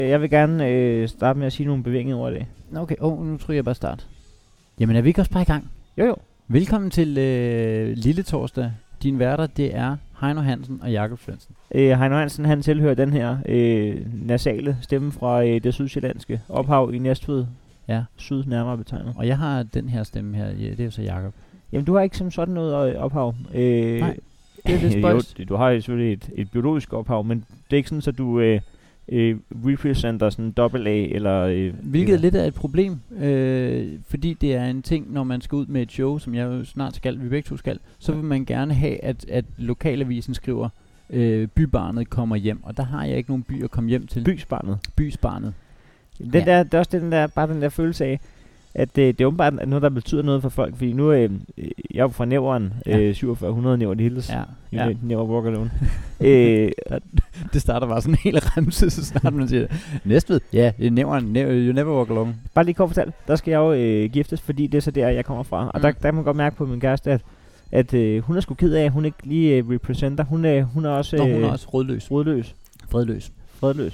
Jeg vil gerne starte med at sige nogle bevægende ord i dag. Okay, nu tror jeg bare start. Jamen er vi ikke også bare i gang? Jo. Velkommen til Lille Torsdag. Din værter, det er Heino Hansen og Jakob Svendsen. Heino Hansen, han tilhører den her nasale stemme fra det sydsjællandske ophav i Næstved. Ja. Syd nærmere betegnet. Og jeg har den her stemme her, det er jo så Jakob. Jamen du har ikke som sådan noget ophav. Nej, det er lidt spøjs. Jo, du har selvfølgelig et biologisk ophav, men det er ikke sådan, at du representer sådan dobbelt A eller... Hvilket er lidt af et problem, fordi det er en ting, når man skal ud med et show, som jeg jo snart skal, vi begge to skal, så vil man gerne have, at lokalavisen skriver, bybarnet kommer hjem, og der har jeg ikke nogen by at komme hjem til. Bysbarnet. Det er også bare den der følelse af, at det er åbenbart noget, der betyder noget for folk, fordi nu jeg er jo fra Nævren, 4700 Nævren Hildes, Nævren Walk Alone. Det starter bare sådan en hel remse, så snart man siger, Næstved, ja, Nævren, you never walk alone. Bare lige kort fortalt, der skal jeg jo giftes, fordi det er så der, jeg kommer fra, og der kan man godt mærke på min kæreste, at hun er sgu ked af, at hun ikke lige representer, hun er også... hun er også Fredløs.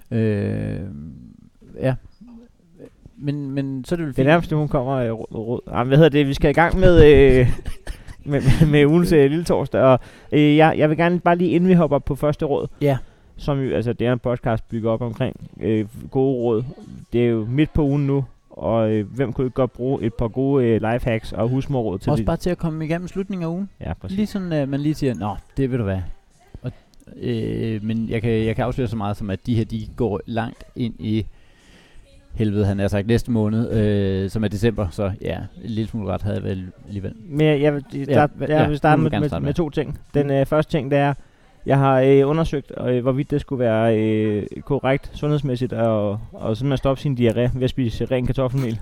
Ja. Men så er det vel fint. Det er nærmest, hun kommer hvad hedder det? Vi skal i gang med med ugens Lille Torsdag. Og jeg vil gerne bare lige, inden vi hopper på første råd, som jo, altså det er en podcast bygget op omkring gode råd. Det er jo midt på ugen nu, og hvem kunne ikke godt bruge et par gode lifehacks og husmorråd til også bare til at komme igennem slutningen af ugen. Ja, præcis. Lige sådan, man lige siger, nå, det vil du være. Og, men jeg kan afsløre så meget som, at de her, de går langt ind i helvede, han har sagt næste måned, som er december, så ja, en lille smule ret havde jeg vel alligevel. Men jeg vil starte med to ting. Den første ting, det er, jeg har undersøgt, hvorvidt det skulle være korrekt sundhedsmæssigt og sådan at stoppe sin diarré ved at spise ren kartoffelmel.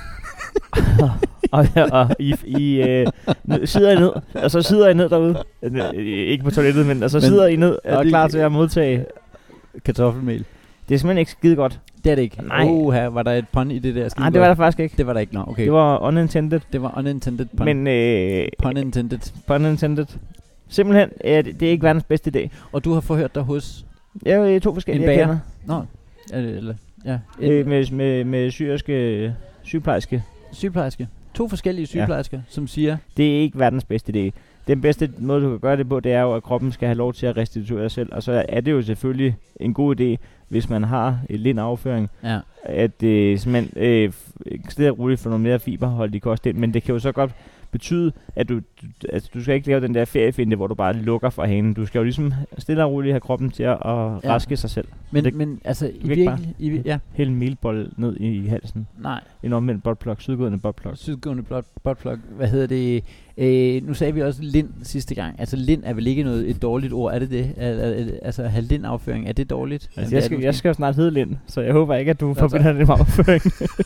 og sidder I ned, og så sidder I ned derude, ikke på toilettet, men så sidder I ned og er klar til at modtage kartoffelmel. Det er simpelthen ikke skide godt. Det er det ikke. Nej. Her var der et pun i det der skide. Nej, det var der faktisk ikke. Det var der ikke. Nå, okay. Det var unintended. Det var unintended pun. Men pun intended. Simpelthen, det er ikke verdens bedste idé. Og du har forhørt dig hos? Ja, 2 forskellige jeg kender. Nå, eller ja. Med syriske sygeplejerske. 2 forskellige sygeplejersker, som siger, det er ikke verdens bedste idé. Den bedste måde, du kan gøre det på, det er jo, at kroppen skal have lov til at restituere sig selv. Og så er det jo selvfølgelig en god idé, hvis man har et lindafføring, at man stille og roligt får noget mere fiberhold i kosten. Men det kan jo så godt betyde, at du skal ikke lave den der feriefinde, hvor du bare lukker for hanen. Du skal jo ligesom stille og roligt have kroppen til at raske sig selv. Men altså, i virkelig hælde en melbold ned i halsen. Nej. En omvendt buttplug, sydgående buttplug. Hvad hedder det? Nu sagde vi også lind sidste gang. Altså lind er vel ikke et dårligt ord, er det det? Altså at have lindafføring, er det dårligt? Altså, jeg skal jo snart hedde Lind, så jeg håber ikke, at du forbinder det med afføring.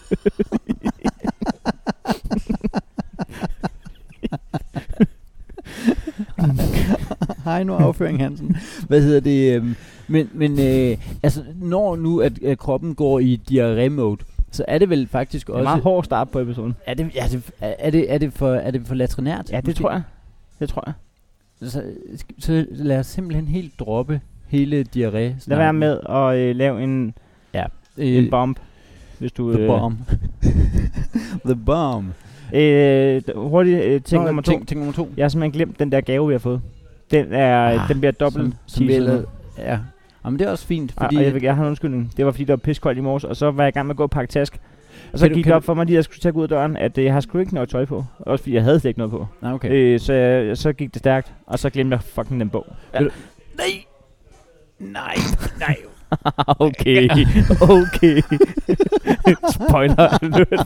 Hej nu afføring Hansen. Hvad hedder det? Men altså når nu at kroppen går i diarré-mode, så er det vel faktisk også... Det er meget hård start på episoden. Er det for latrinært? Ja, det tror jeg. Så lad os simpelthen helt droppe hele diarré. Lad være med at lave en bomb, hvis du... The bomb. The bomb. Hurtigt ting nummer 2. Ting nummer 2. Jeg har simpelthen glemt den der gave, vi har fået. Den bliver dobbelt teaset. Ja. Jamen det er også fint, fordi... Og jeg har en undskyldning. Det var fordi, der var piskoldt i morges, og så var jeg i gang med at gå og pakke task. Og så gik det op for mig, at jeg skulle tage ud af døren, at jeg har sgu ikke noget tøj på. Også fordi jeg havde slet ikke noget på. Okay. Så gik det stærkt, og så glemte jeg fucking den bog. Ja. Nej. Okay. Spoiler alert.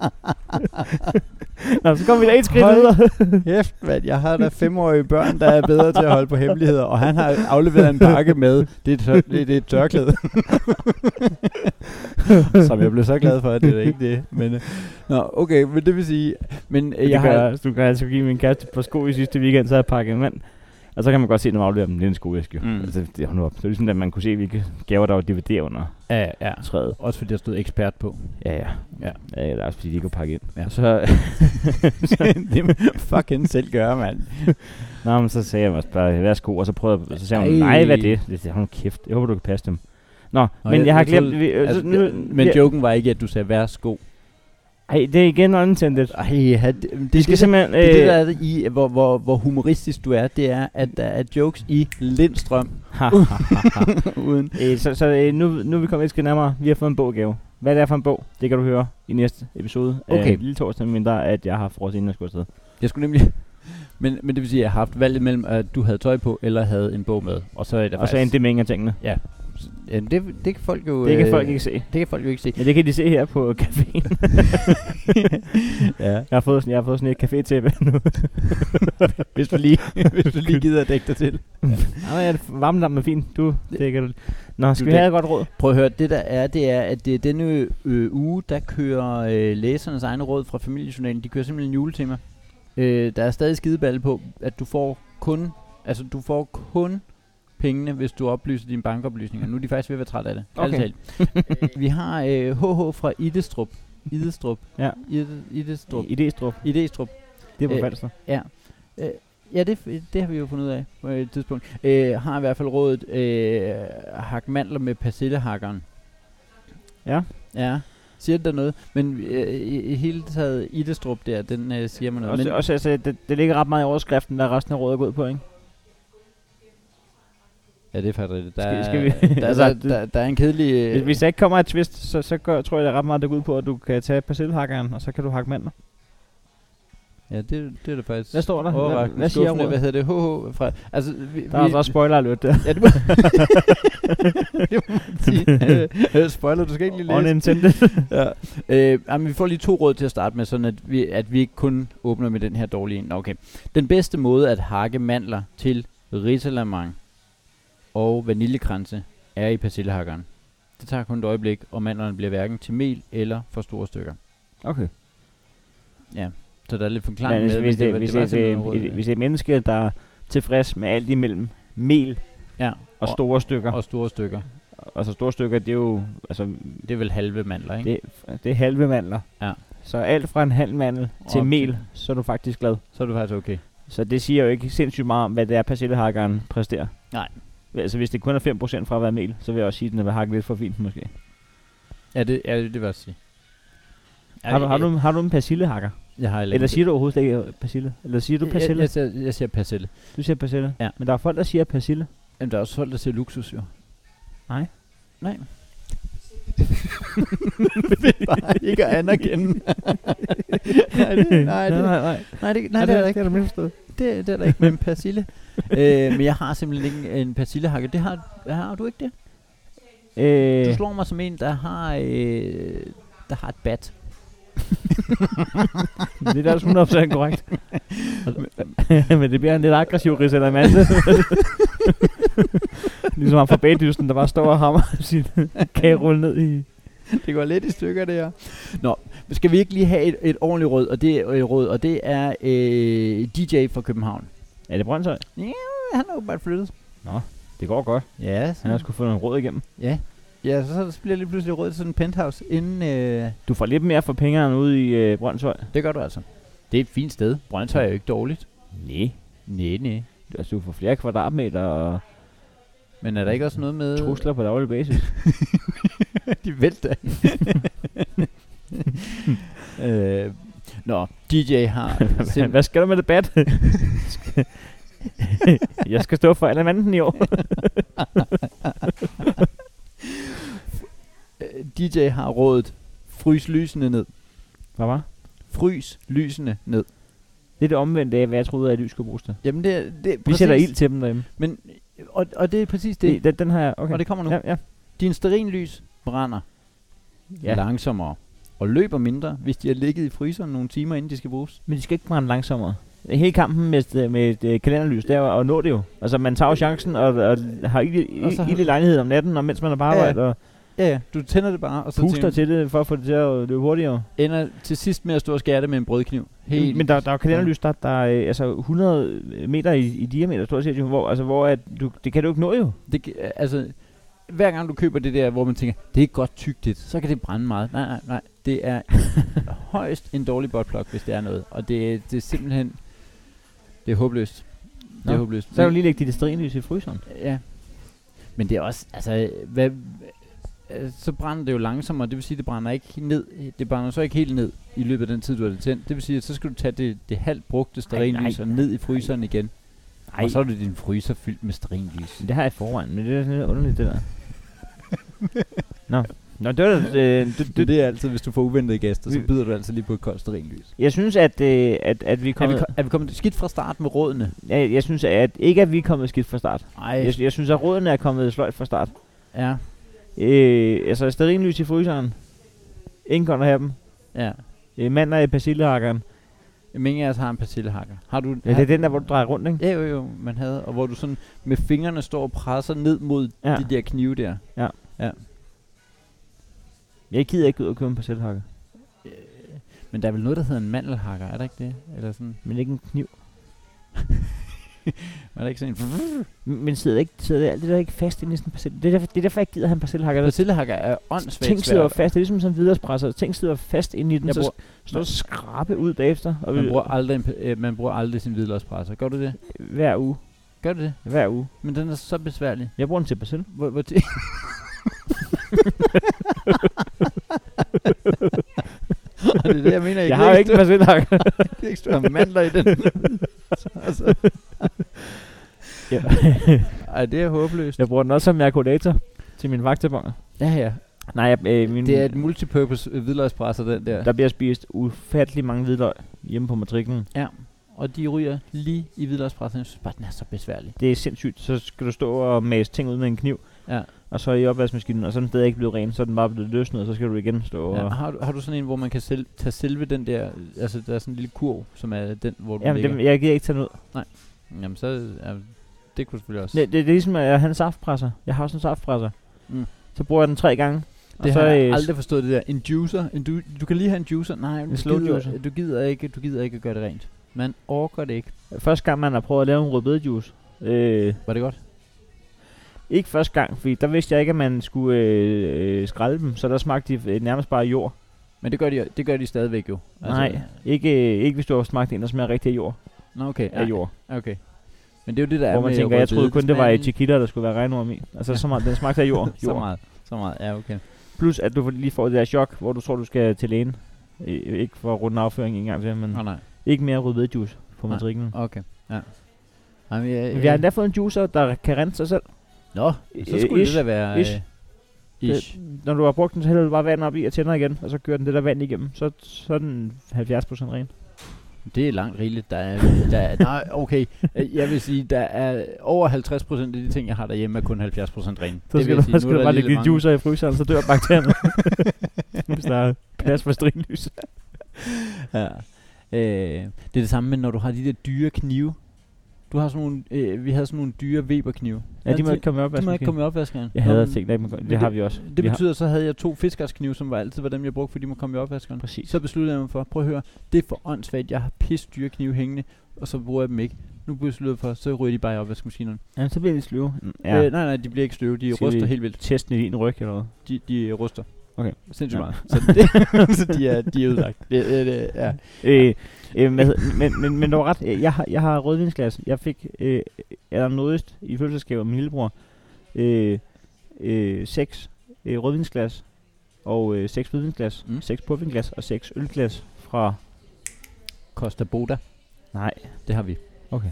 Nå, så kommer vi da et skridt videre. Hæft, mand. Jeg har da 5-årige børn, der er bedre til at holde på hemmeligheder, og han har afleveret en pakke med. Det er et tørklæde. Som jeg blev så glad for, at det er ikke det. Men, okay, men det vil sige... Men du kan altså give min kæreste på sko i sidste weekend, så har jeg pakket en mand. Og så kan man godt se, når man afleverer dem. Det er en skoæske. Altså, det er ligesom, at man kunne se, hvilke gaver, der var DVD under træet. Også fordi der stod ekspert på. Ja. Det er også fordi, de ikke kunne pakke ind. Ja. Så det må fucking selv gøre, mand. Nå, men så sagde jeg også bare, værsgo, og så prøvede jeg, så sagde hun, nej, hvad er det? Det sagde hun, kæft, jeg håber, du kan passe dem. Nå, men jeg har glemt... Men joken var ikke, at du sagde værsgo. Ej, det er igen unintended. Ej, det skal simpelthen... Det der i, hvor humoristisk du er, det er, at der er jokes i Lindstrøm. Uden. Så nu er vi kommet et skridt nærmere. Vi har fået en boggave. Hvad det er for en bog, det kan du høre i næste episode. Okay. Lille torsdag, mindre at jeg har frosset inden jeg skulle afsted. Jeg skulle nemlig... Men det vil sige, at jeg har haft valget mellem, at du havde tøj på, eller havde en bog med. Og så er det så endte det med ingen af tingene. Ja. Det kan folk jo... Det kan folk ikke se. Det kan folk jo ikke se. Men det kan de se her på caféen. Ja. Jeg har fået sådan et café-tæppe nu. hvis du lige gider at dække dig til. Ja, varmlampen er fint. Det kan du. Nå, skal vi have et godt råd? Prøv at høre, det er, at det denne uge, der kører læsernes egne råd fra Familiejournalen. De kører simpelthen en juletema. Der er stadig skideballe på, at du får kun pengene, hvis du oplyser dine bankoplysninger. Nu er de faktisk ved at være træt af det. Okay. Vi har HH fra Idestrup. Ja. Idestrup. Det er på Falster. Ja. Ja, det har vi jo fundet ud af på et tidspunkt. Har i hvert fald rådet hak mandler med persillehakkeren. Ja. Ja. Siger det der noget? Men i hele taget Idestrup der, den siger man noget. Også altså, det ligger ret meget i overskriften, der resten af rådet er gået på, ikke? Ja, det er faktisk rigtigt. Der er en kedelig... Hvis der ikke kommer et twist, så tror jeg, det er ret meget, der går ud på, at du kan tage persillehakkeren, og så kan du hakke mandler. Ja, det er det faktisk. Hvad står der? Hvad siger rådet? Hvad hedder det? HH fra... Altså, der er også spoiler alert der. Ja, det må man sige. Spoiler, du skal ikke lige læse. Unintended. Ja. Jamen, vi får lige 2 råd til at starte med, sådan at vi ikke kun åbner med den her dårlige en. Okay. Den bedste måde at hakke mandler til risalamande og vaniljekranse er i persillehakkeren. Det tager kun et øjeblik, og mandlerne bliver hverken til mel eller for store stykker. Okay. Ja, så der er lidt forklaring med, hvis det er et menneske, der er tilfreds med alt imellem mel og store stykker. Og store stykker. Og så store stykker, det er jo... Altså, det er vel halve mandler, ikke? Det er halve mandler. Ja. Så alt fra en halv mandel til mel, så er du faktisk glad. Så er du faktisk okay. Så det siger jo ikke sindssygt meget om, hvad det er, persillehakkeren præsterer. Nej. Altså hvis det kun er 5% fra at være mel, så vil jeg også sige, at den er hakket lidt for fint måske. Ja, det vil jeg sige. Har du en persillehakker? Jeg har ikke. Eller siger du overhovedet ikke persille? Eller siger du persille? Jeg siger persille. Du siger persille? Ja. Men der er folk, der siger persille. Jamen, der er også folk, der siger luksus, jo. Nej. Det er bare ikke at anerkende. Nej, det er der ikke. Det er der misforstået. Det er der ikke med en persille. Men jeg har simpelthen ikke en persillehakke. Det har du ikke det? Du slår mig som en, der har et bat. Det er da 100% korrekt. Men det bliver en lidt aggressiv risalamande. Ligesom ham fra bagdysten, der bare står og hammer sin kagerulle ned i... Det går lidt i stykker, det her. Nå, skal vi ikke lige have et ordentligt råd, og det er DJ fra København. Er det Brøndshøj? Ja, han er jo bare flyttet. Nå, det går godt. Ja. Han har sgu fået nogle råd igennem. Ja. Ja, så bliver lige pludselig råd til sådan en penthouse inden... Du får lidt mere for pengene ude i Brøndshøj. Det gør du altså. Det er et fint sted. Brøndshøj er jo ikke dårligt. Nej. Altså, du får flere kvadratmeter og... Men er der ikke også noget med... Trusler på daglig basis? De vælter. Nå, DJ har... Hvad skal du med debat? Jeg skal stå for alle manden i år. DJ har rådet frys lysene ned. Hvad var? Frys lysene ned. Det er det omvendte af, hvad jeg troede, at lys skulle bruges til. Jamen det vi præcis, sætter ild til dem derhjemme. Men, og det er præcis det. Den her, okay. Og det kommer nu. Ja. Din stearinlys brænder langsommere og løber mindre, hvis de har ligget i fryseren nogle timer, inden de skal bruges. Men de skal ikke brænde langsommere. Hele kampen med et kalenderlys, det er at nå det jo. Altså man tager jo chancen og har ild i lejligheden om natten, og mens man er på arbejde. Og ja, du tænder det bare, og så puster til det, for at få det til at løbe hurtigere. Ender til sidst med at stå og skære det med en brødkniv. Men der er kalenderlys, der er altså 100 meter i diameter, stort set, hvor at det kan du ikke nå jo. Altså, hver gang du køber det der, hvor man tænker, det er godt tygtigt, så kan det brænde meget. Nej. Det er højst en dårlig buttplug, hvis det er noget. Og det er simpelthen, det er håbløst. Det er håbløst. Så kan du lige lægge dit stearinlys i fryseren. Ja. Men det er også, altså, så brænder det jo langsommere. Det vil sige, det brænder ikke ned. Det brænder så ikke helt ned i løbet af den tid, du har det tændt. Det vil sige, at så skal du tage det halvt brugte stearinlys og ned i fryseren igen. Og så er det din fryser fyldt med stearinlys. Det har jeg i forvejen, men det er lidt underligt, det der. Nå, det var det er altid, hvis du får uventede gæster, så byder du altid lige på et koldt stearinlys. Jeg synes, at vi er kommet... Er vi kommet skidt fra start med rådene? Ja, jeg synes, at ikke at vi er kommet skidt fra start. Ej. Jeg synes, at rådene er kommet sløjt fra start. Ja. Altså, stearinlys i fryseren. Ingen kan have dem. Ja. Mandler i persillehakkeren. Ingen af os har en persillehakker. Har du? Ja, det er den der, hvor du drejer rundt, ikke? Ja, jo, man havde. Og hvor du sådan med fingrene står og presser ned mod de der knive der. Ja. Jeg gider ikke ud og købe en persillehakker. Men der er vel noget, der hedder en mandelhakker, er der ikke det? Eller sådan. Men ikke en kniv. Er der ikke sådan en... Men sidder alt det der ikke fast inde i sådan en persille? Det er derfor, jeg gider have en persillehakker. Persillehakker er åndssvagt svært. Ting sidder fast, det er ligesom sådan en viderespresser. Ting sidder fast inde i den, så står du skrabe ud bagefter. Og man bruger aldrig sin hvidløgspresser. Gør du det? Hver uge. Gør du det? Hver uge. Men den er så besværlig. Jeg bruger den til persille. Hvor til? Og det er det, jeg mener. Jeg har jo ikke en persillehakker. Det er ikke større mandler i den. Altså. Ja. Ej, det er håbløst. Jeg bruger den også som percolator til mine vagtebonger. Ja. Nej, det er et multipurpose hvidløgspresser, den der. Der bliver spist ufattelig mange hvidløg hjemme på matriklen. Ja, og de ryger lige i hvidløgspressen. Jeg synes bare, den er så besværlig. Det er sindssygt. Så skal du stå og mase ting ud med en kniv. Ja. Og så i opvaskemaskinen, og så er den stadig ikke blevet ren, så er den bare blevet løsnet, og så skal du igen stå og... Har du sådan en, hvor man kan tage selve den der, altså der er sådan en lille kurv, som er den, hvor du ligger? Jamen, jeg gider ikke tage den ud. Nej. Jamen, så det kunne selvfølgelig også... Det er ligesom, at jeg har en saftpresser. Jeg har også en saftpresser. Mm. Så bruger jeg den 3 gange. Det har jeg aldrig forstået, det der. En juicer. Du kan lige have en juicer. Nej, en slow juicer. Du gider ikke at gøre det rent. Man orker det ikke. Første gang, man har prøvet at lave en rødbedejuice. Var det godt? Ikke første gang, fordi der vidste jeg ikke, at man skulle skrælle dem, så der smagte de nærmest bare jord. Men det gør de stadigvæk jo. Altså, nej, ikke hvis du har smagt en, der smager rigtig af jord. Nå, okay. Af jord. Okay. Men det er jo det, der hvor man tænker, jeg troede kun, det var i Chiquita, der skulle være regnorm i. Altså, så meget, den smagte af jord. Så meget, ja, okay. Plus, at du lige får det der chok, hvor du tror, du skal til lægen. Ikke for at runde afføring en gang til, men nej. Ikke mere rødbedejuice på matriklen. Okay, ja. Vi har endda fået en juicer, der kan rense sig selv. Nå, så skulle det da være... Ish. Når du har brugt den, så hælder du bare vand op i og tænder igen, og så kører den det der vand igennem. Så er den 70% ren. Det er langt rigeligt. Nej, okay. Jeg vil sige, der er over 50% af de ting, jeg har derhjemme, er kun 70% ren. Så skal du bare lægge de juicer i fryseren, så dør bakterierne. Hvis der er plads for stearinlys. Ja. Det er det samme med, når du har de der dyre knive. Du har sådan nogle, vi havde sådan nogle dyre Weber-knive. Ja, de må ikke komme i opvaskeren. De må ikke komme i opvaskeren. Jeg hader ting, det har vi også. Det betyder, så havde jeg 2 fiskersknive, som altid var dem, jeg brugte, fordi de må komme i opvaskeren. Præcis. Så besluttede jeg mig for, prøv at høre, det er for åndssvagt, jeg har pisse dyre knive hængende, og så bruger jeg dem ikke. Nu besluttede jeg for, så ryger de bare i opvaskemaskinen. Ja, så bliver de sløve. Ja. Nej, de bliver ikke sløve, de ryster helt vildt. Testen i din ryg eller noget? De ryster. Okay. Sindssygt meget. Så de er ødelagt. Ja. Men du har ret. Jeg har rødvinsglas. Jeg fik allernådigst i fødselsdagsgave af min lillebror 6 rødvinsglas og 6 hvidvinsglas, 6 portvinglas og 6 ølglas fra Costa Boda. Nej, det har vi. Okay.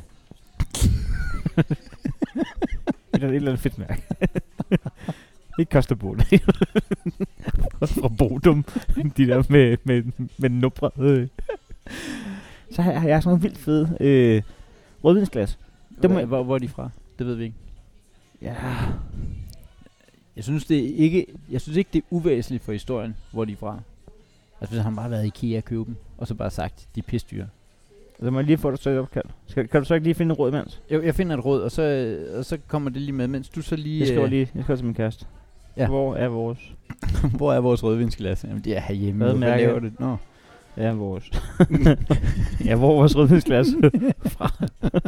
Et eller andet fedt mærke. Ikke Costa Boda. Fra Bodum. De der med nubrede. Så har jeg sådan nogle vildt fede rødvinsglas. Hvor er de fra? Det ved vi ikke. Ja. Jeg synes ikke, det er uvæsentligt for historien, hvor de er fra. Altså hvis han bare været i IKEA og købe dem, og så bare sagt, de er pisdyre. Så må jeg lige få det så opkaldt. Kan du så ikke lige finde et råd imens? Jo, jeg finder et råd, og så kommer det lige med, mens du så lige... Jeg skal til min kæreste. Ja. Hvor er vores? Hvor er vores rødvinsglas? Jamen, det er herhjemme. Hvad laver det? Nå. Det er vores. Ja, hvor er vores rødvinsglas? Fra.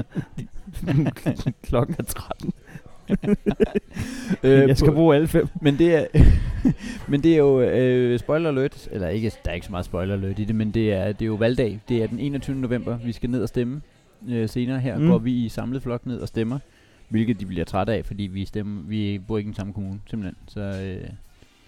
Klokken er 13. Jeg skal bruge alle 5. Men det er jo spoiler alert, eller ikke, der er ikke så meget spoiler alert i det, men det er jo valgdag. Det er den 21. november, vi skal ned og stemme. Senere her går vi i samlet flok ned og stemmer, hvilket de bliver trætte af, fordi vi bor ikke i den samme kommune, simpelthen. Så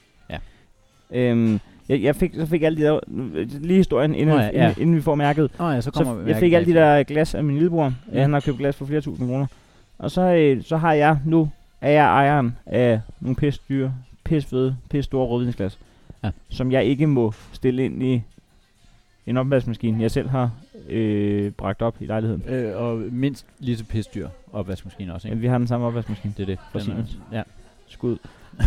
Jeg fik alle de der, lige historien, inden vi får mærket. Så kommer jeg fik alle de der glas af min lillebror. Han har købt glas for flere tusind kroner. Og så har jeg nu, er jeg ejeren af nogle pissefede, store rødvinsglas. Ja. Som jeg ikke må stille ind i en opvaskemaskine, jeg selv har bragt op i lejligheden. Og mindst lige så pisdyr opvaskemaskine også, ikke? Ja, vi har den samme opvaskemaskine. Det er det. For Siemens. Ja. Skud.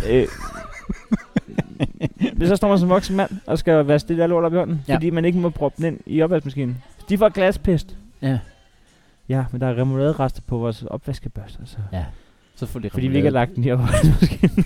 Hvis så står man som voksen mand og skal vaske det der lort op i hånden, fordi man ikke må proppe den ind i opvaskemaskinen. De får glaspest. Ja. Ja, men der er remouladerester på vores opvaskebørste. Altså. Ja. Så får det fordi vi ikke har lagt den i opvaskemaskinen.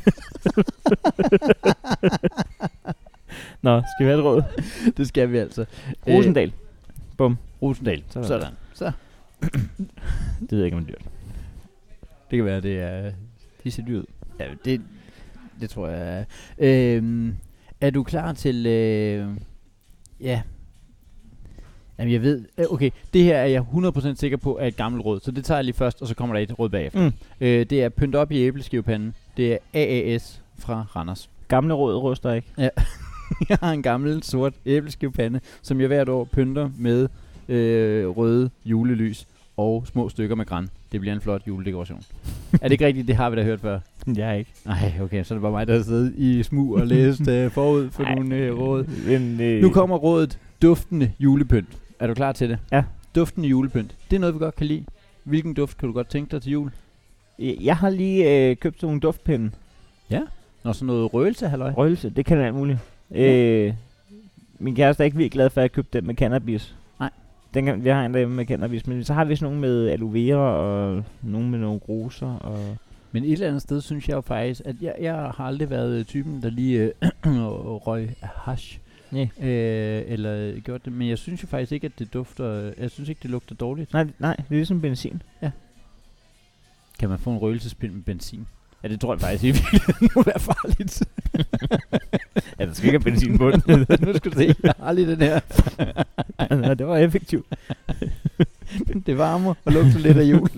Nå, skal vi have et råd? Det skal vi altså. Rosendal. Bum. Rosendal. Sådan. Så. Det ved jeg ikke, om det er dyrt. Det kan være, det er... De ser dyrt ud. Ja, det tror jeg. Er du klar til... ja. Jamen, jeg ved... Okay, det her er jeg 100% sikker på er et gammelt råd. Så det tager jeg lige først, og så kommer der et råd bagefter. Det er pynt op i æbleskivepanden. Det er AAS fra Randers. Gamle råd ryster ikke. Ja. Jeg har en gammel sort æbleskivepande, som jeg hvert år pynter med røde julelys og små stykker med gran. Det bliver en flot juledekoration. Er det ikke rigtigt? Det har vi da hørt før. Jeg er ikke. Nej, okay, så er det bare mig, der har siddet i smug og læst forud for nogle råd. Nu kommer rådet duftende julepynt. Er du klar til det? Ja. Duftende julepynt. Det er noget, vi godt kan lide. Hvilken duft kan du godt tænke dig til jul? Jeg har lige købt sådan nogle duftpinde. Ja? Nå, sådan noget røgelse, halløj? Røgelse, det kan alt muligt. Min kæreste er ikke virkelig glad for, at jeg købte den med cannabis. Nej. Vi har en derhjemme med cannabis, men så har vi sådan nogle med aloe vera og nogle med nogle roser. Og men et eller andet sted synes jeg jo faktisk, at jeg har aldrig været typen, der lige røg hash. Yeah. Eller gjort det, men jeg synes jo faktisk ikke, at det dufter. Jeg synes ikke, det lugter dårligt. Nej, det er ligesom benzin. Ja. Kan man få en røgelsespind med benzin? Ja, det tror jeg faktisk ikke må være farligt. Ja, der skal ikke have benzin på den. Nu skal du se, jeg har lige den her. Ja, det var effektivt. Det varmer og lugter lidt af jul.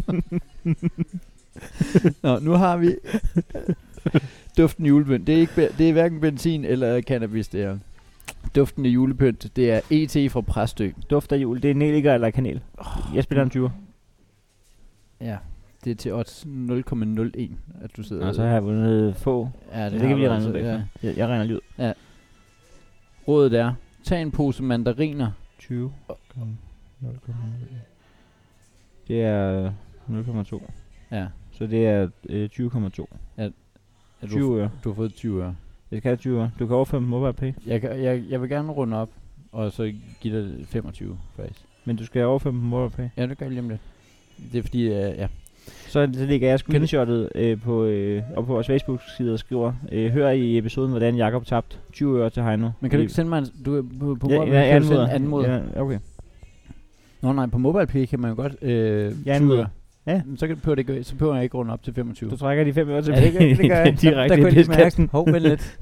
Nå, nu har vi duften julepynt. Det er hverken benzin eller cannabis, det er. Duften af julepynt, det er ET fra Præstø. Duft af jul, det er nelliker eller kanel. Jeg spiller en 20'er. Ja. Det er til odds 0,01, at du sidder. Og så har jeg vundet få. Ja, det kan vi regne ud. Ja. Jeg regner lige ud. Ja. Rådet er, tag en pose mandariner. 20. Det er 0,2. Ja. Så det er 20,2. Ja. 20 øre. Du har fået 20 øre. Jeg skal have 20 øre. Du kan overføre på MobilePay. Jeg vil gerne runde op, og så give dig 25 faktisk. Men du skal overføre på MobilePay. Ja, det gør jeg lige om lidt. Det er fordi, ja. Så lægger jeg screenshotet på vores Facebook-side og skriver, hør i episoden, hvordan Jakob tabte 20 øre til Heino. Men kan du ikke sende mig på MobilePay? Ja, kan du sende anmoder? Ja, okay. Nå nej, på MobilePay kan man jo godt 20 øre. Ja. Så behøver jeg ikke runde op til 25. Du trækker de 5 øre til det gør jeg. direkte i pidskassen. Hov, vent lidt.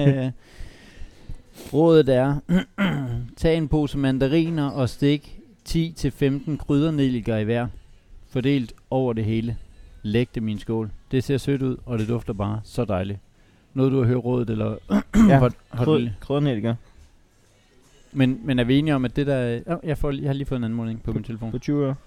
Rådet er, tag en pose mandariner og stik 10-15 krydernelliker i hver. Fordelt over det hele. Læg det i min skål. Det ser sødt ud, og det dufter bare så dejligt. Noget du har hørt rådet, eller... Ja, krydernelliker. Men er vi enige om, at det der... Jeg har lige fået en anmodning på min telefon. På 20 øre.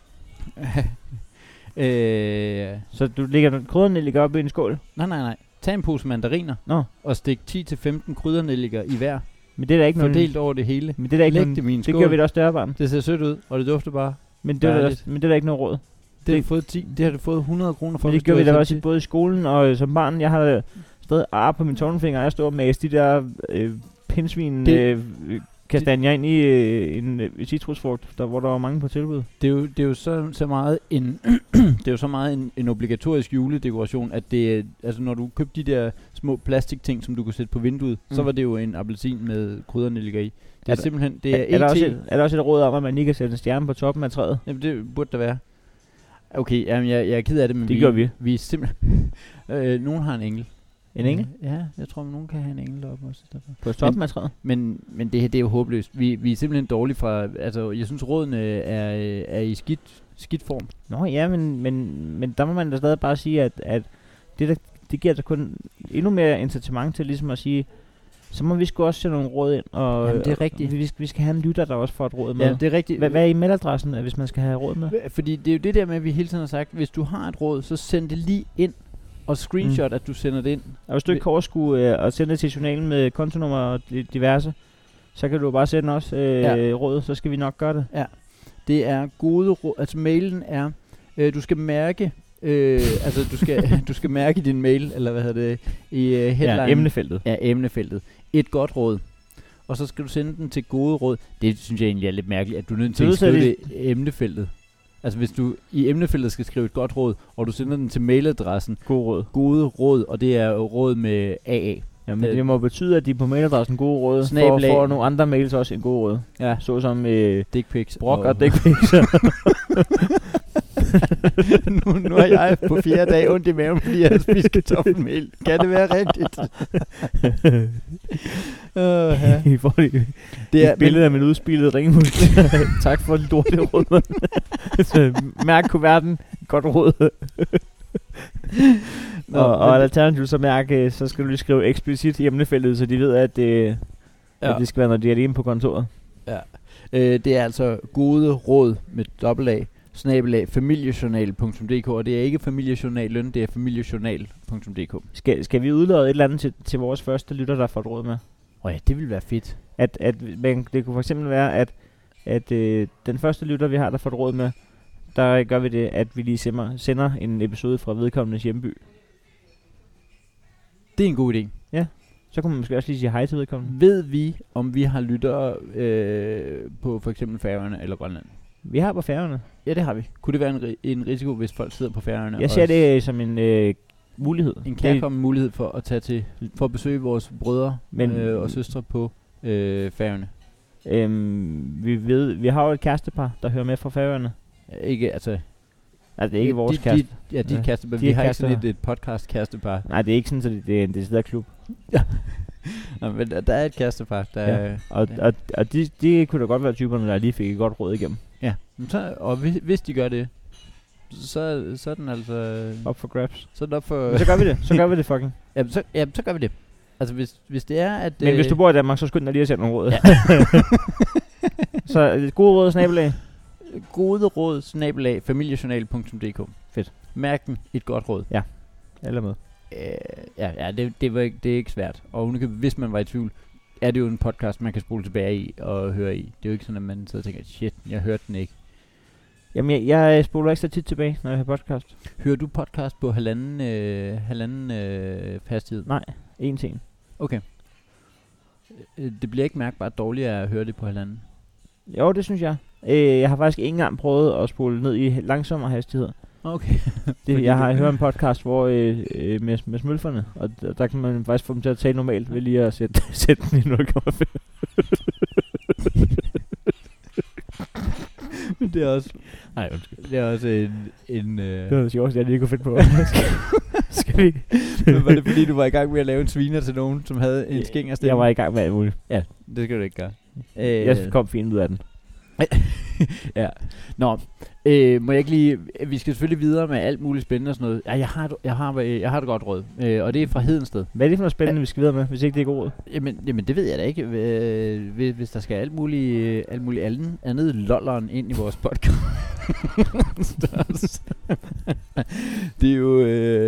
Så du lægger krydernelliker op i en skål? Nej. Tag en pose mandariner, og stik 10-15 krydernelliker i hver. Men det er der ikke fordelt over det hele. Men det er der ikke Læg det i min skål. Det gør vi da også større barn. Det ser sødt ud, og det dufter bare. Men det er der ikke noget råd. Det har du fået 100 kroner for. Men det gør vi da også både i skolen og som barn. Jeg har stadig på min tommelfinger, og jeg står og maser de der pindsvin kastanjer ind i en citrusfrugt, hvor der var mange på tilbud. Det er jo så meget en det er jo så meget en obligatorisk juledekoration, at det altså når du købte de der små plastikting, som du kunne sætte på vinduet, så var det jo en appelsin med kryddernelliker i. Det er simpelthen er der også et råd om, at man lige kan sætte en stjerne på toppen af træet? Jamen det burde der være. Okay, jamen jeg er ked af det, men det gør vi. Vi er simpelthen nogen har en engel. En engel? Ja, jeg tror, at nogen kan have en engel deroppe også. På toppen af træet? Men det er jo håbløst. Vi er simpelthen dårlige fra... Altså, jeg synes, rådene er i skidt form. Nå ja, men der må man da stadig bare sige, at det giver altså kun endnu mere incitament til ligesom at sige, Så må vi sgu også sende nogle råd ind. Og, Jamen, det er rigtigt. Vi skal have en lytter, der også får et råd med. Ja, det er rigtigt. Hvad er e-mailadressen, hvis man skal have råd med? Fordi det er jo det der med, at vi hele tiden har sagt, hvis du har et råd, så send det lige ind. Og screenshot, at du sender det ind. Og hvis du ikke kan overskue at sende det til journalen med kontonummer og diverse, så kan du bare sende os råd, så skal vi nok gøre det. Ja, det er gode råd. Altså mailen er, du skal mærke, du skal mærke din mail, eller hvad hedder det, i headline. Ja, emnefeltet. Ja, emnefeltet. Et godt råd. Og så skal du sende den til gode råd. Det synes jeg egentlig er lidt mærkeligt, at du er nødt til at skrive det i emnefeltet. Altså hvis du i emnefeltet skal skrive et godt råd, og du sender den til mailadressen gode råd, og det er råd med AA. Jamen det må betyde, at de på mailadressen gode råd får nogle andre mails også en god råd. Ja. Såsom dick pics brok og dick pics. nu er jeg på 4. dag ondt i maven, fordi jeg har spist kartoffelmel. Kan det være rigtigt? I får det er et billede af min udspillede ringmus. Tak for det dårlige råd. Mærk kuverten. Godt råd. Og alternativt så mærke, så skal du lige skrive eksplicit i emnefeltet, så de ved, at det skal være, når de er alene på kontoret. Ja. Det er altså gode råd med dobbelt A, / familiejournal.dk, og det er ikke familiejournalen, det er familiejournal.dk. Skal vi udlade et eller andet til vores første lytter, der får et råd med? Ja, det vil være fedt. Det kunne for eksempel være, at den første lytter, vi har, der får et råd med, der gør vi det, at vi lige sender en episode fra vedkommendes hjemby. Det er en god idé. Ja. Så kunne man måske også lige sige hej til vedkommende. Ved vi, om vi har lyttere på for eksempel Færøerne eller Grønland? Vi har på Færøerne. Ja, det har vi. Kunne det være en risiko, hvis folk sidder på Færøerne? Jeg ser det som en mulighed. En kærkommen mulighed for at tage for at besøge vores brødre og søstre på Færøerne. Vi har jo et kærestepar, der hører med fra Færøerne. Ikke, altså det er ikke vores kæreste. De er kærestepar. Vi har ikke sådan et podcast kærestepar. Nej, det er ikke sådan, så det er en decideret klub. Nå, men der er et kærestepar, der og de kunne da godt være typerne, der lige fik et godt råd igennem. Ja, og hvis de gør det, så er den altså op for grabs. Så er den op for. Men så gør vi det. Så gør vi det fucking. Så gør vi det. Altså hvis det er at. Men hvis du bor i Danmark, så skynd dig lige at sætte nogle råd. Ja. Så gode råd /. Gode råd / familiejournal.dk. Fedt. Mærk den et godt råd. Ja. Alle med. Det er ikke svært. Og hvis man var i tvivl, er det jo en podcast, man kan spole tilbage i og høre i. Det er jo ikke sådan, at man sidder og tænker, shit, jeg hørte den ikke. Jamen, jeg spoler ikke så tit tilbage, når jeg hører podcast. Hører du podcast på halvanden hastighed? Nej, 1 til 1. Okay. Det bliver ikke mærkbart dårligere at høre det på halvanden? Jo, det synes jeg. Jeg har faktisk ikke engang prøvet at spole ned i langsommere hastighed. Okay. Jeg har hørt en podcast, hvor med smølferne, og der kan man faktisk få dem til at tale normalt ved lige at sætte den i 0,5. Men det er også. Nej, undskyld. Det er også en Det var sjovt, jeg lige kunne finde på. Skal vi? Men var det fordi, du var i gang med at lave en sviner til nogen, som havde en skængerstemme? Jeg var i gang med alt muligt. Ja, det skal du ikke gøre. Jeg kom fint ud af den. Ja. Nå, må jeg ikke lige. Vi skal selvfølgelig videre med alt muligt spændende og sådan noget. Ja, jeg har et godt råd, og det er fra Hedensted. Hvad er det for noget spændende, vi skal videre med, hvis ikke det er godt råd? Jamen det ved jeg da ikke. Hvis der skal alt muligt andet lolleren ind i vores podcast. Det er jo.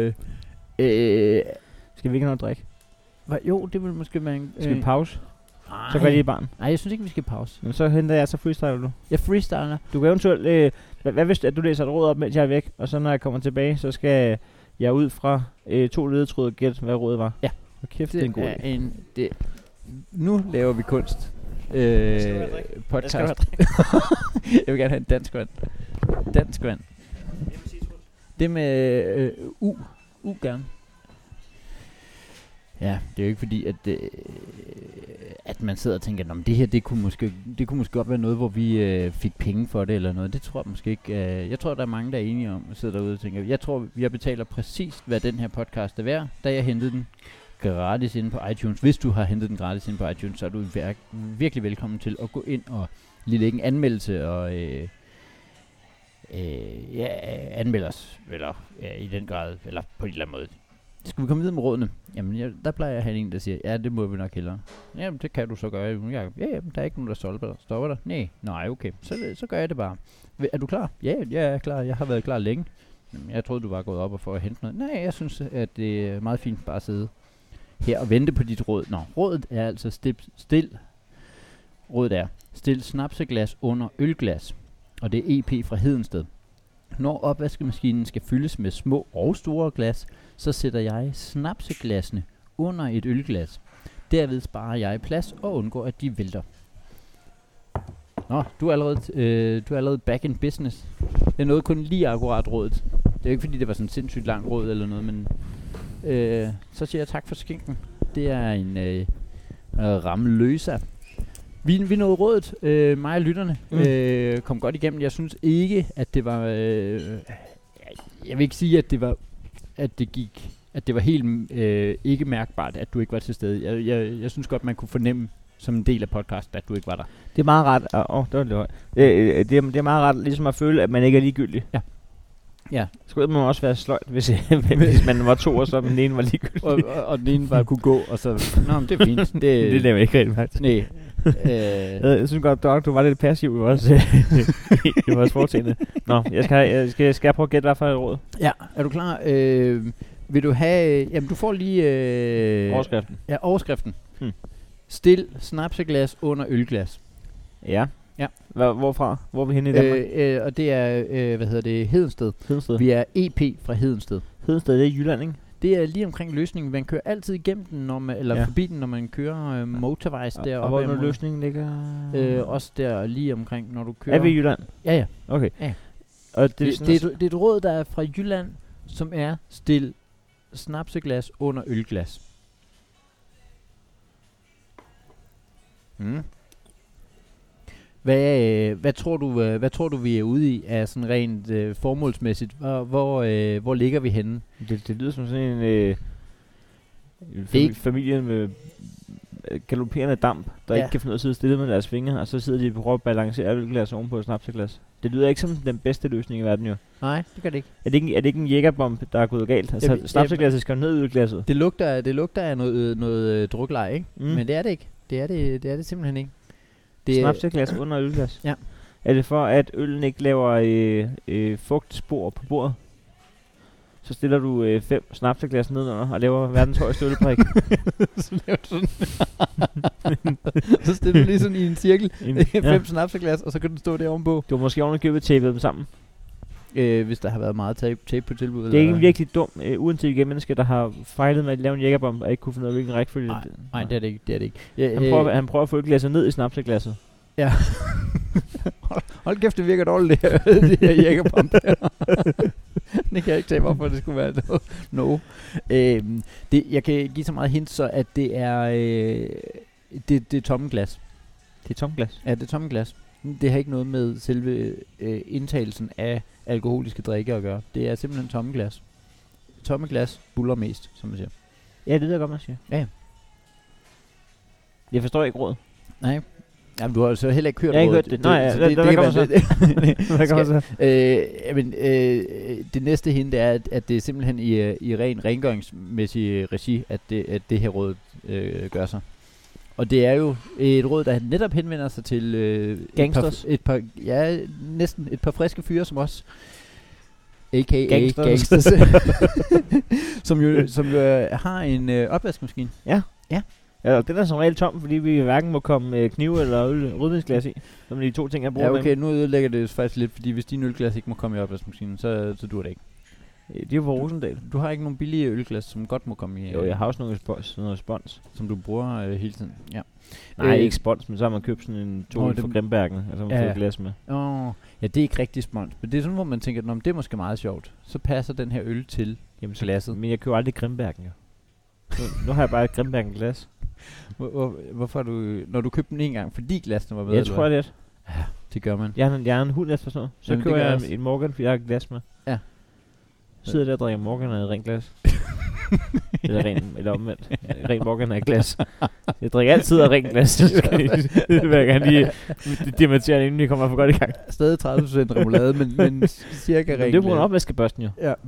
Skal vi ikke have noget at drikke? Jo, det vil måske man. Skal vi pause? Så gør det i barn. Nej, jeg synes ikke, vi skal pause. Men så henter jeg, så freestyler du. Jeg freestyler. Du kan eventuelt. Hvad hvis du læser et råd op, mens jeg er væk, og så når jeg kommer tilbage, så skal jeg ud fra 2 ledetråde gæt, hvad rådet var. Ja. Kæft, det er en god idé. Nu laver vi kunst. Podcast. Jeg vil gerne have en dansk vand. Dansk vand. Det med U gerne. Ja, det er jo ikke fordi, at man sidder og tænker, at det her, det kunne måske godt være noget, hvor vi fik penge for det eller noget. Det tror jeg måske ikke. Jeg tror, der er mange, der er enige om at sidde derude og tænker, jeg tror, jeg betaler præcis, hvad den her podcast er værd, da jeg hentede den gratis inde på iTunes. Hvis du har hentet den gratis inde på iTunes, så er du virkelig velkommen til at gå ind og lige lægge en anmeldelse og anmelde os, eller i den grad, eller på en eller anden måde. Skal vi komme videre med rådene? Jamen, der plejer jeg at have en, der siger, ja, det må vi nok hellere. Jamen, det kan du så gøre. Ja, jamen, der er ikke nogen, der stopper dig. Nej, okay. Så gør jeg det bare. Er du klar? Ja, jeg er klar. Jeg har været klar længe. Jamen, jeg troede, du var gået op og for at hente noget. Nej, jeg synes, at det er meget fint bare at sidde her og vente på dit råd. Nå, rådet er altså stil. Rådet er, stil snapseglas under ølglas. Og det er EP fra Hedensted. Når opvaskemaskinen skal fyldes med små og store glas, så sætter jeg snapseglassene under et ølglas. Derved sparer jeg plads og undgår, at de vælter. Nå, du er allerede back in business. Det er noget kun lige akkurat rådet. Det er jo ikke fordi, det var sådan en sindssygt lang råd eller noget, men så siger jeg tak for skinken. Det er en rammeløsa. Vi nåede rådet, mig og lytterne, kom godt igennem. Jeg synes ikke, at det var... jeg vil ikke sige, at det var helt ikke mærkbart, at du ikke var til stede. Jeg synes godt, man kunne fornemme som en del af podcast, at du ikke var der. Det er meget rart. Det er meget rart ligesom at føle, at man ikke er ligegyldig. Ja. Ja. Skulle man også være sløjt, hvis man var to, og så den ene var ligegyldig. og den ene bare kunne gå, og så... Nå, men det er fint. Det laver ikke rigtig faktisk. Nej. Jeg synes godt, du var lidt passiv i vores foretagende. Nå, jeg skal prøve at gætte, hvad for et råd. Ja, er du klar? Vil du have... Jamen, du får lige... overskriften. Ja, overskriften. Stil snapseglas under ølglas. Ja. Ja. Hvorfra? Hvor er vi henne i Danmark? Og det er, Hedensted. Vi er EP fra Hedensted. Hedensted, det er i Jylland, ikke? Det er lige omkring løsningen. Man kører altid igennem den, når man, eller forbi den, når man kører motorvejs deroppe. Og hvor er løsningen ligger? Også der lige omkring, når du kører... Er vi i Jylland? Ja. Okay. Ja. Og det er et råd, der er fra Jylland, som er stil snapseglas under ølglas. Hvad tror du vi er ude i af sådan rent formålsmæssigt? Hvor ligger vi henne? Det lyder som sådan en familie med galopperende damp, der ikke kan finde ud af at sidde stille med deres fingre, og så sidder de og prøver at balancere ølglas ovenpå et snapseglas. Det lyder ikke som den bedste løsning i verden, jo. Nej, det gør det ikke. Er det ikke en jægerbomb, der er gået galt? Altså, snapseglasset skal ned i ølglasset. Det lugter af noget drukleje, ikke? Men det er det ikke. Det er det simpelthen ikke. Snapseglas under ølglas? Ja. Er det for, at øllen ikke laver fugtspor på bordet? Så stiller du 5 snapseglas nedenunder og laver verdens højeste ølbrik. Så laver du sådan. Så stiller du lige sådan i en cirkel 5 snapseglas, og så kan den stå der ovenpå. Du har måske ovenikøbet tapet dem sammen. Hvis der har været meget tape på tilbuddet. Det er ikke en virkelig dum, uintelligent menneske, der har fejlet med at lave en jægerbomb, og ikke kunne finde ud af, hvilken rækkefølge. Nej, det er det ikke. Han prøver at få ølglasset ned i snapseglasset. Ja. Hold kæft, det virker dårligt, det her jægerbomb. Det kan jeg ikke tage, hvorfor det skulle være noget. Jeg kan give så meget hint, så at det er det er tomme glas. Det er tomme glas? Ja, det er tomme glas. Det har ikke noget med selve indtagelsen af alkoholiske drikke at gøre. Det er simpelthen tomme glas. Tomme glas buller mest, som man siger. Ja, det ved jeg godt, man siger. Ja. Jeg forstår ikke råd. Nej. Jamen, du har så heller ikke hørt rådet. Jeg har ikke hørt det. Det næste hint er, at det er simpelthen i ren rengøringsmæssig regi, at det her råd gør sig. Og det er jo et råd, der netop henvender sig til gangsters. Næsten et par friske fyre som os. A.k.a. gangsters. som jo har en opvaskemaskine. Ja. Ja, den er som regel tom, fordi vi hverken må komme kniv eller rødvinsglas i. Som de 2 ting, jeg bruger. Ja, okay, nu ødelægger det faktisk lidt, fordi hvis dine ølglas ikke må komme i opvaskemaskinen, så dur det ikke. Det er jo for Rosendal. Du har ikke nogen billige ølglas, som godt må komme i... Jo, jeg har også noget spons. Som du bruger hele tiden, ja. Nej, ikke spons, men så har man købt sådan en for Grimbergen, og så har man fået glas med. Ja, det er ikke rigtig spons, men det er sådan, hvor man tænker, det er måske meget sjovt. Så passer den her øl til glasset. Men jeg køber aldrig Grimbergen, jo. Nu har jeg bare et Grimbergen glas. Hvorfor når du købte den en gang, fordi glasene var med? Jeg tror det. Ja, det gør man. Jeg er en hund efter sådan noget. Så køber jeg en Morgan, fordi jeg har et glas med. Ja. Sidder der og drikker Morgan af et rent glas. eller omvendt. Ren Morgan af et glas. Jeg drikker altid af rent glas. Det vil jeg gerne lige dementere, inden vi kommer for godt i gang. Stadig 30% remoulade, men cirka rent. Det er på en opvaskebørsten jo. Ja.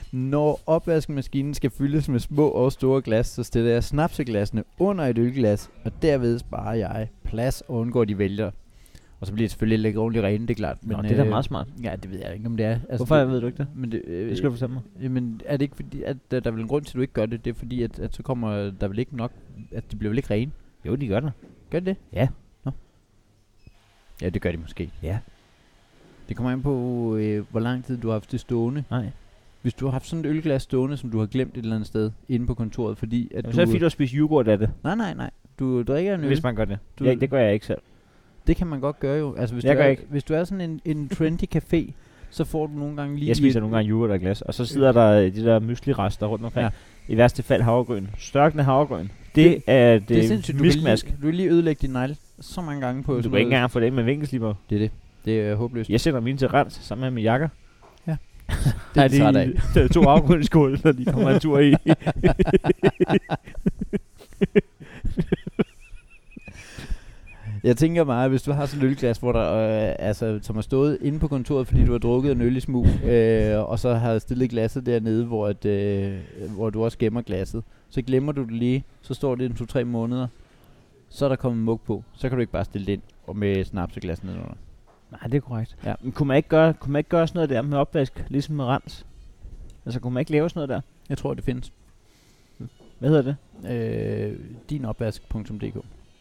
Når opvaskemaskinen skal fyldes med små og store glas, så stiller jeg snapseglassene under et ølglas, og derved sparer jeg plads og undgår de vælter. Og så bliver det selvfølgelig ikke ordentligt rene, det er klart. Men, det er da meget smart. Ja, det ved jeg ikke, om det er. Altså, hvorfor ved du ikke det? Men det skal du fortælle mig. Men er det ikke fordi, at der er vel en grund til, at du ikke gør det? Det er fordi, at så kommer der vel ikke nok, at det bliver vel ikke rene? Jo, de gør det. Gør det? Ja. Nå. Ja, det gør de måske. Ja. Det kommer an på, hvor lang tid du har haft det stående. Nej. Hvis du har haft sådan et ølglas stående, som du har glemt et eller andet sted inde på kontoret, fordi at så er det fordi, du har spist yoghurt af det. Nej. Du drikker en øl. Hvis man gør det. Ja, det gør jeg ikke selv. Det kan man godt gøre jo. Altså hvis du er sådan en trendy café, så får du nogle gange lige... Jeg spiser nogle gange yoghurt og glas, og så sidder der de der mysli-rester rundt omkring. Ja. I værste fald havregryn. Størkende havregryn. Det er det miskmask. Du vil lige ødelægge din negle så mange gange på... Du kan ikke engang få det med vinkelslipper. Det er det. Det er håbløst. Jeg sender mine til rens sammen med mine jakker. Ja. Det er de træt af. Der er 2 havregrynskål, når de kommer en tur i. Jeg tænker meget, hvis du har sådan et ølglas, hvor der, som har stået inde på kontoret, fordi du har drukket en øl i smug, og så har stillet glasset dernede, hvor du også gemmer glasset. Så glemmer du det lige, så står det 2-3 måneder, så er der kommet mug på. Så kan du ikke bare stille det ind og med snapseglas nedenunder. Nej, det er korrekt. Ja. Men kunne man ikke gøre sådan noget der med opvask, ligesom med rens? Altså, kunne man ikke lave sådan noget der? Jeg tror, det findes. Hvad hedder det? Dinopvask.dk.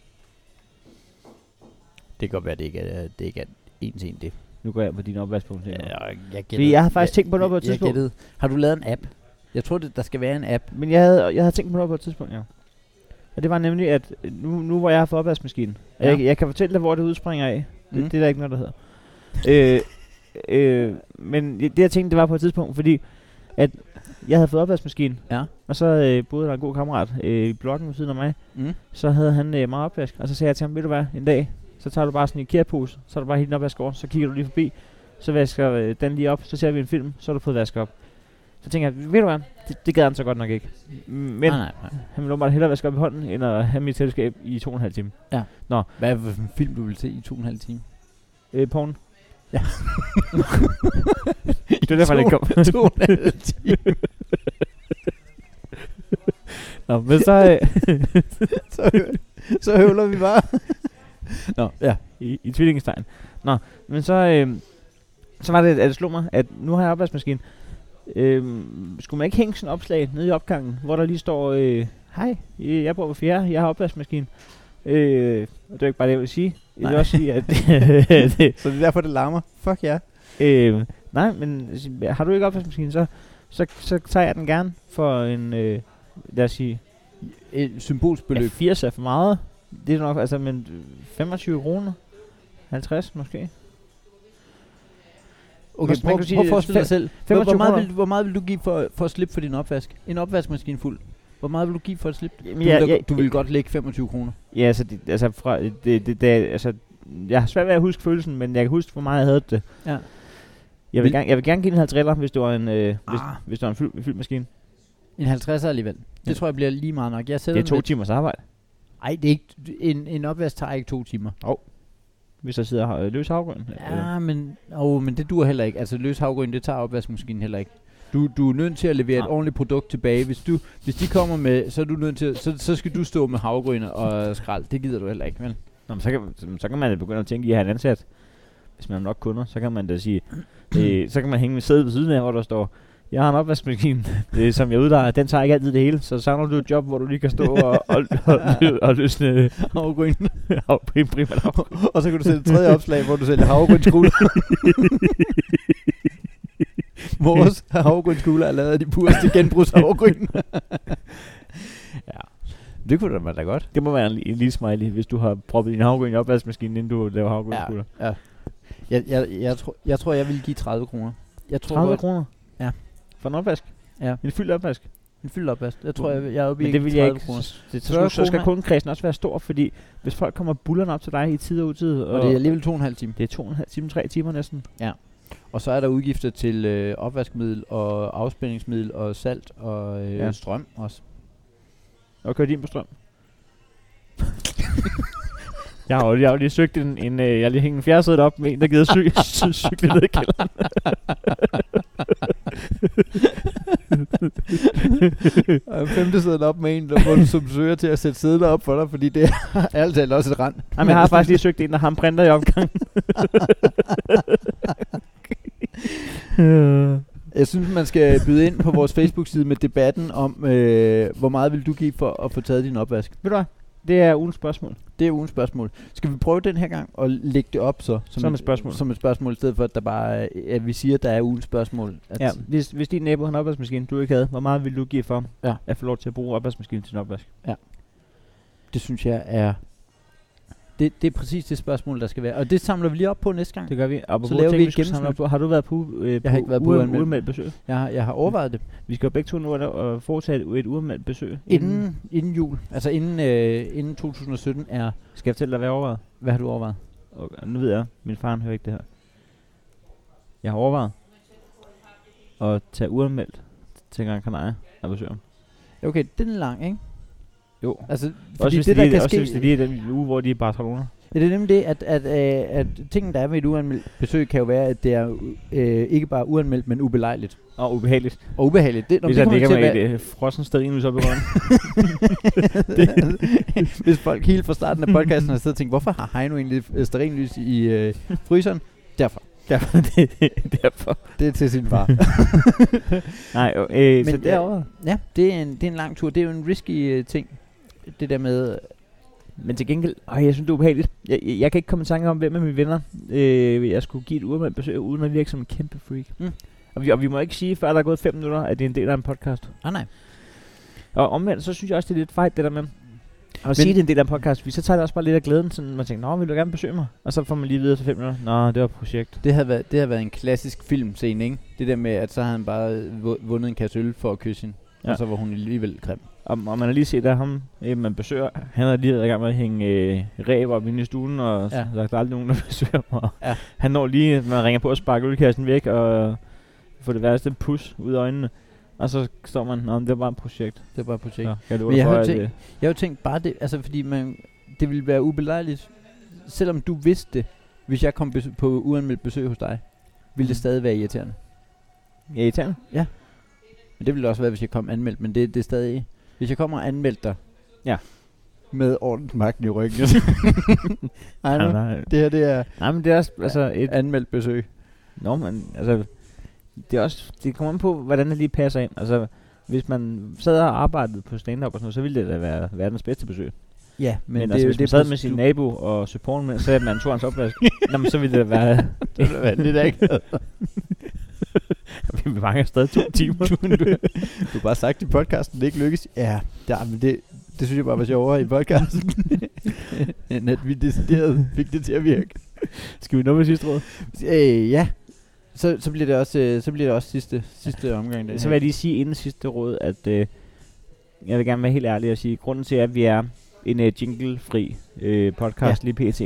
Det kan godt være, det ikke er en til en det. Nu går jeg på dinopvask.dk. Ja, jeg har faktisk tænkt på noget på et tidspunkt. Har du lavet en app? Jeg tror, der skal være en app. Men jeg havde tænkt på noget på et tidspunkt, ja. Og det var nemlig, at nu hvor jeg har fået opvaskemaskinen, ja. jeg kan fortælle dig, hvor det udspringer af. Det er der ikke noget, der hedder. Men det jeg tænkte, det var på et tidspunkt, fordi at jeg havde fået opvaskemaskinen, ja. Og så boede der en god kammerat i blokken ved siden af mig. Så havde han meget opvask, og så sagde jeg til ham, ved du hvad, en dag, så tager du bare sådan en IKEA-pose, så er du bare helt opvask over, så kigger du lige forbi, så vasker den lige op, så ser vi en film, så er du fået vask op. Så tænker jeg, ved du hvad, det gad han så godt nok ikke. Men nej. han ville bare hellere vaske op i hånden, end at have mit selskab i 2,5 timer. Ja. Nå. Hvad er det for en film, du vil se i 2,5 timer? Porn. Ja. Det er derfor, det kom. 2,5 timer. Nå, men så... så høvler vi bare. Nå, ja. I tvillingestegn. Nå, men så... så var det, at det slog mig, at nu har jeg opvaskemaskinen. Skulle man ikke hænge sådan en opslag nede i opgangen, hvor der lige står, hej, jeg bor på 4, jeg har opvaskemaskinen. Og det er ikke bare det, jeg vil sige. Jeg vil også sige, at... så det er derfor, det larmer? Fuck ja. Nej, men har du ikke opvaskemaskinen, så tager jeg den gerne for en, lad os sige... Et symbolsbeløb. Ja, 80 er for meget. Det er nok, altså, men 25 kroner. 50 måske. Okay, prøv at forestille dig selv. Hvor meget vil du give for at slippe for din opvask? En opvaskemaskine fuld. Hvor meget vil du give for at slippe? Du vil godt lægge 25 kroner. Ja, altså, jeg har svært ved at huske følelsen, men jeg kan huske, hvor meget jeg havde det. Ja. Jeg vil gerne give en 50'er, hvis det var en, hvis det var en fyldt maskine. En 50'er alligevel. Det tror jeg bliver lige meget nok. Det er 2 timers arbejde. Ej, det er ikke, en opvask tager ikke 2 timer. Hvis der sidder løs havgrøn. Ja, men det duer heller ikke. Altså løs havgrøn, det tager opvaskemaskinen heller ikke. Du er nødt til at levere et ordentligt produkt tilbage. Hvis de kommer med, så er du nødt til så skal du stå med havgrøn og skrald. Det gider du heller ikke, vel? Nå, men så kan man begynde at tænke i at have en ansat. Hvis man har nok kunder, så kan man da sige, så kan man hænge med sædet ved siden af, hvor der står, jeg har en opvaskemaskine, som jeg udlejer. Den tager ikke altid det hele, så savner du et job, hvor du lige kan stå og løsne havgryn. Primært havgryn. Og så kan du sætte et tredje opslag, hvor du sælger havgrynskugler. Vores havgrynskugler er lavet af de pureste genbrugshavgryn. Ja, det kunne da være da godt. Det må være en lille smiley, hvis du har proppet din havgryn i opvaskemaskinen, inden du laver havgrynskugler. Ja. Jeg tror, jeg vil give 30 kroner. 30 kroner? Ja. For en opvask? Ja. En fyldt opvask? En fyldt opvask. Jeg tror, jeg er oppe i 30 kroner. Men det vil jeg ikke. Så skal kundekredsen også være stor, fordi hvis folk kommer bullerne op til dig i tid og utid... Og det er alligevel 2,5 timer. Det er 2,5 timer, 3 timer næsten. Ja. Og så er der udgifter til opvaskemiddel og afspændingsmiddel og salt og strøm også. Og kører din på strøm? Jeg har lige søgt jeg har lige hængt en fjerdsæde op med en, der gider cykle ned i kælderen. Og femte sæden op med en, hvor du som søger til at sætte sædler op for dig, fordi det er ærligt talt også et rand. Jamen, jeg har faktisk lige søgt en, der har en printer i opgangen. Jeg synes, man skal byde ind på vores Facebook-side med debatten om, hvor meget vil du give for at få taget din opvask? Ved du hvad? Det er ugens spørgsmål. Det er ugens spørgsmål. Skal vi prøve den her gang og lægge det op så? Som et spørgsmål. Som et spørgsmål, i stedet for, at, der bare, at vi siger, at der er ugens spørgsmål. At Ja, hvis din nabo har en opvaskemaskine, du ikke havde, hvor meget vil du give for at få lov til at bruge opvaskemaskinen til en opvask? Ja. Det synes jeg er... Det er præcis det spørgsmål, der skal være. Og det samler vi lige op på næste gang. Det gør vi. Og så laver vi et gennemsnit. Har du været på jeg har ikke været på uanmeldt besøg? Jeg har overvejet det. Vi skal jo begge to nu og foretage et uanmeldt besøg. Inden jul. Altså inden 2017 er... Skal jeg fortælle dig, hvad jeg har overvejet? Hvad har du overvejet? Okay, nu ved jeg, min far hører ikke det her. Jeg har overvejet at tage uanmeldt til Gran Canaria og besøge ham. Okay, den er lang, ikke? Jo. Altså, fordi også det, der kan ske... hvis det lige er den uge, hvor de er i Barcelona. Ja, det er nemlig det, at tingen, der er med et uanmeldt besøg, kan jo være, at det er ikke bare uanmeldt, men ubelejligt. Og ubehageligt. Og ubehageligt. Hvis jeg ligger med et frossen sted ind, så begynder Hvis folk helt fra starten af podcasten har siddet og tænkt, hvorfor har Heino egentlig stearinlys i fryseren? Derfor. Derfor. Det er til sin far. Nej, men så derovre. Ja, det er en lang tur. Det er jo en risky ting. Det der med... Men til gengæld, jeg synes det er ubehageligt. Jeg kan ikke komme i tanke om, hvem af mine venner jeg skulle give et uanmeldt besøg, uden at virke som en kæmpe freak. Og vi må ikke sige, før der er gået 5 minutter, at det er en del af en podcast. Nej. Og omvendt, så synes jeg også, det er lidt fejt, det der med at sige, det er en del af en podcast. Så tager det også bare lidt af glæden, sådan man tænker, vil du gerne besøge mig? Og så får man lige videre til 5 minutter. Nå, det var et projekt. Det har været en klassisk filmscene, ikke? Det der med, at så har han bare vundet en kasse øl for at kysse hende. Ja. Og så var hun alligevel grim. Og man har lige set, at ham, man besøger, han har lige været i gang med at hænge ræb op inde i stuen, og der er aldrig nogen, der besøger mig. Ja. Han når lige, man ringer på at sparke ølkassen væk, og få det værste pus ud af øjnene. Og så står man, det var bare et projekt. Det var bare et projekt. Ja, jeg har jo tænkt bare det, altså fordi det ville være ubelejligt, selvom du vidste det, hvis jeg kom på uanmeldt besøg hos dig, ville det stadig være irriterende. Ja, irriterende? Ja. Men det ville det også være, hvis jeg kom anmeldt, men det er stadig... Hvis jeg kommer og anmeldt dig... Ja. Med ordensmagten i ryggen. Nej. Det her, det er... Nej, men det er også altså et anmeldt besøg. Nå, men altså... Det er også... Det kommer an på, hvordan det lige passer ind. Altså, hvis man sad og arbejdede på stand-up og sådan noget, så ville det da være verdens bedste besøg. Ja, men altså, hvis man sad med sin nabo og supporten med, så havde man tog hans opvask. Så ville det da være... det ville være lidt ikke. Vi mangler stadig 2 timer. Du har bare sagt i podcasten, det ikke lykkes. Ja, men det synes jeg bare var sjovere i podcasten. End at vi decideret fik det til at virke. Skal vi nå med sidste råd? Ja. Så bliver det også sidste omgang. Så vil jeg lige sige inden sidste råd, at jeg vil gerne være helt ærlig og sige, grunden til, at vi er en jingle-fri podcast lige pt.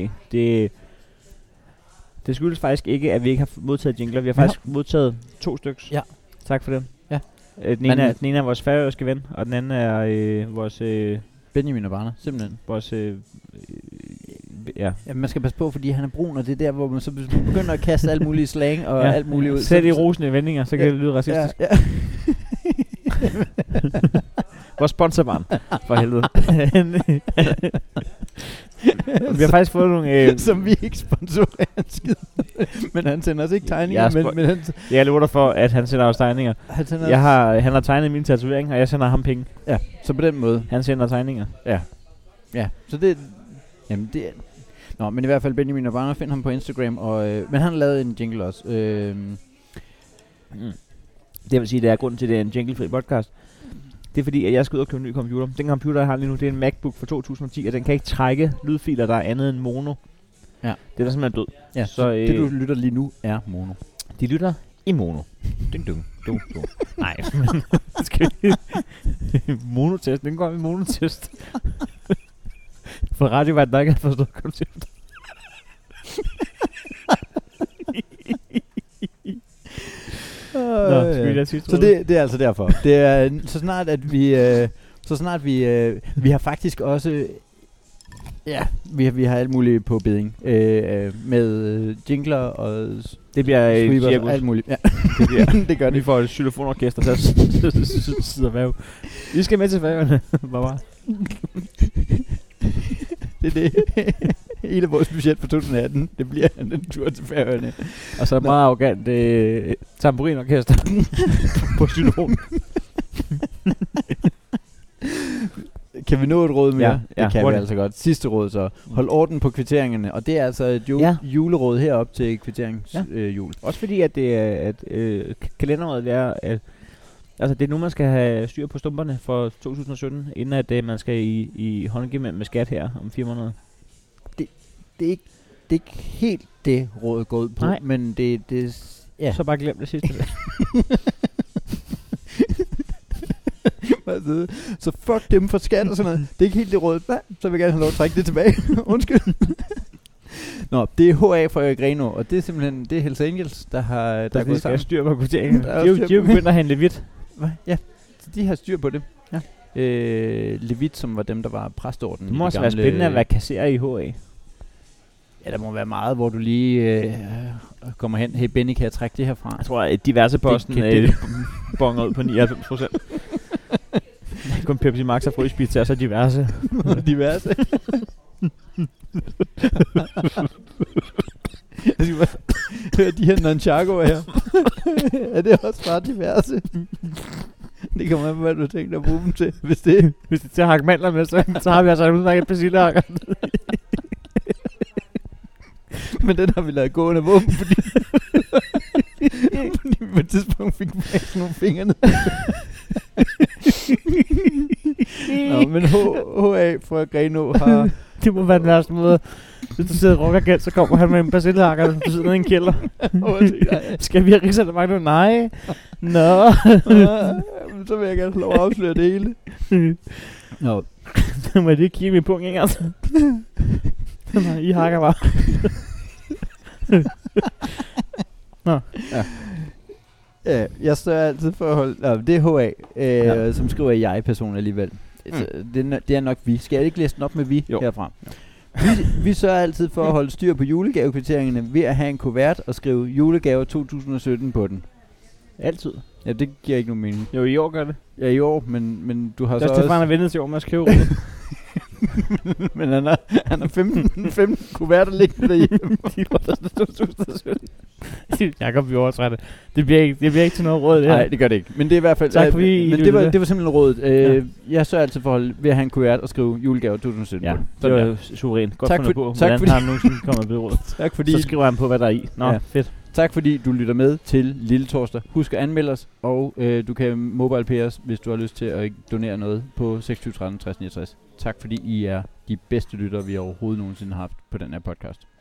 Det skyldes faktisk ikke, at vi ikke har modtaget jingler. Vi har faktisk modtaget 2 stykker. Ja. Tak for det. Ja. Den ene er vores færøske ven, og den anden er vores... Benjamin og Barner, simpelthen. Vores... Ja, man skal passe på, fordi han er brun, og det er der, hvor man så begynder at kaste alt muligt slang og alt muligt ud. Sæt i rosende vendinger, så kan det lyde racistisk. Ja. Vores sponsorbarn, for helvede. Vi har faktisk fået nogle... som vi ikke sponsorerer en skid. Men han sender os ikke tegninger. Jeg lover dig for, at han sender os tegninger. Han har tegnet min tatovering, og jeg sender ham penge. Ja, så på den måde. Han sender tegninger. Ja, så det... Jamen det... Nå, men i hvert fald Benjamin og Barner, find ham på Instagram. Men han har lavet en jingle også. Det vil sige, det er grunden til, at det er en jinglefri podcast. Det er fordi, at jeg skal ud og købe en ny computer. Den computer, jeg har lige nu, det er en MacBook fra 2010, og den kan ikke trække lydfiler, der er andet end mono. Ja. Det er der simpelthen død. Ja, så det du lytter lige nu er mono. De lytter i mono. Ding ding. Nej, monotest, den går i monotest. For radiovært, der ikke har forstået konceptet. Så det er altså derfor. Det er så snart at vi har faktisk også Ja, vi har alt muligt på beding. Med jingler og det bliver sweepers og alt muligt. Ja. Det gør det. Vi får et xylofonorkester til at sidde og væve. Vi skal med til Færøerne. Bare. Det er det. Hele vores budget for 2018, det bliver en tur til Færøerne. Og så meget arrogant tamburinorkester på xylofon. Kan vi nå et råd mere? Ja, det kan vi altså godt. Sidste råd så. Hold orden på kvitteringerne. Og det er altså et juleråd herop til kvitteringsjul. Også fordi, at det er kalenderådet er, at altså det er nu, man skal have styr på stumperne for 2017, inden at man skal i håndgivning med skat her om 4 måneder. Det er ikke helt det rådet går ud på. Nej. Men det ja. Så bare glem det sidste. Så fuck dem for skat og sådan noget. Det er ikke helt det råd. Så vil jeg gerne have lov at trække det tilbage. Undskyld. Nå, det er HA fra Greno, og det er simpelthen det er Hells Angels, der har gået sammen. Styr på kvitteringen. De er jo begyndt at handle Levit. Ja, så de har styr på det. Ja. Levit, som var dem, der var præstorden. Det må også være spændende at være kasserer i HA. Ja, der må være meget, hvor du lige kommer hen. Hey Benny, kan jeg trække det herfra? Jeg tror, at diverse posten bonger ud på 99%. Kun Pepsi Max og Frøspizza, og så diverse. Diverse. Hør de her nunchakoer her. Er det også bare diverse? Det kommer an på, hvad du tænker at bruge dem til. Hvis det er til at hakke mandler med, så har vi altså en udmærket persillehakker. Men den har vi lavet gående våben, fordi vi på et tidspunkt fik sådan nogle fingre ned. Nå, men HA fra Greno har... Det må være den værste måde. Hvis du sidder og rocker gæld, så kommer han med en persillehakker, og du sidder nede i en kælder. Skal vi have Rigsartemakten? Nej. Nå. Så vil jeg gerne få lov at afsløre det hele. Nå. Så må det kigge min punkt, ikke altså? Nej, I hakker bare. Nå. Ja, jeg står altid for at holde... det er HA, som skriver jeg-person alligevel. Det er nok vi. Skal jeg ikke læse den op med vi herfra? Vi sørger altid for at holde styr på julegavekvitteringerne ved at have en kuvert og skrive julegave 2017 på den. Altid? Ja, det giver ikke nogen mening. Jo, i år gør det. Ja, i år, men du har så også... Stefan har ventet til år med at skrive men han har 15 kuverter liggende derhjemme. Jakob, vi overtræder det. Det bliver ikke til noget råd, det her. Nej, det gør det ikke. Men det er i hvert fald... Tak fordi men det var simpelthen rådet. Jeg sørger altid for ved at have en kuvert og skrive julegave 2017. Ja, det var jo suverænt. Godt fundet på. Tak fordi... han har nogensinde kommet ved råd. Tak fordi... Så skriver han på, hvad der er i. Nå, fedt. Tak fordi du lytter med til Lille Torsdag. Husk at anmelde os, og du kan mobile pay os, hvis du har lyst til at donere noget på 26 13 60 69. Tak fordi I er de bedste lyttere, vi overhovedet nogensinde har haft på den her podcast.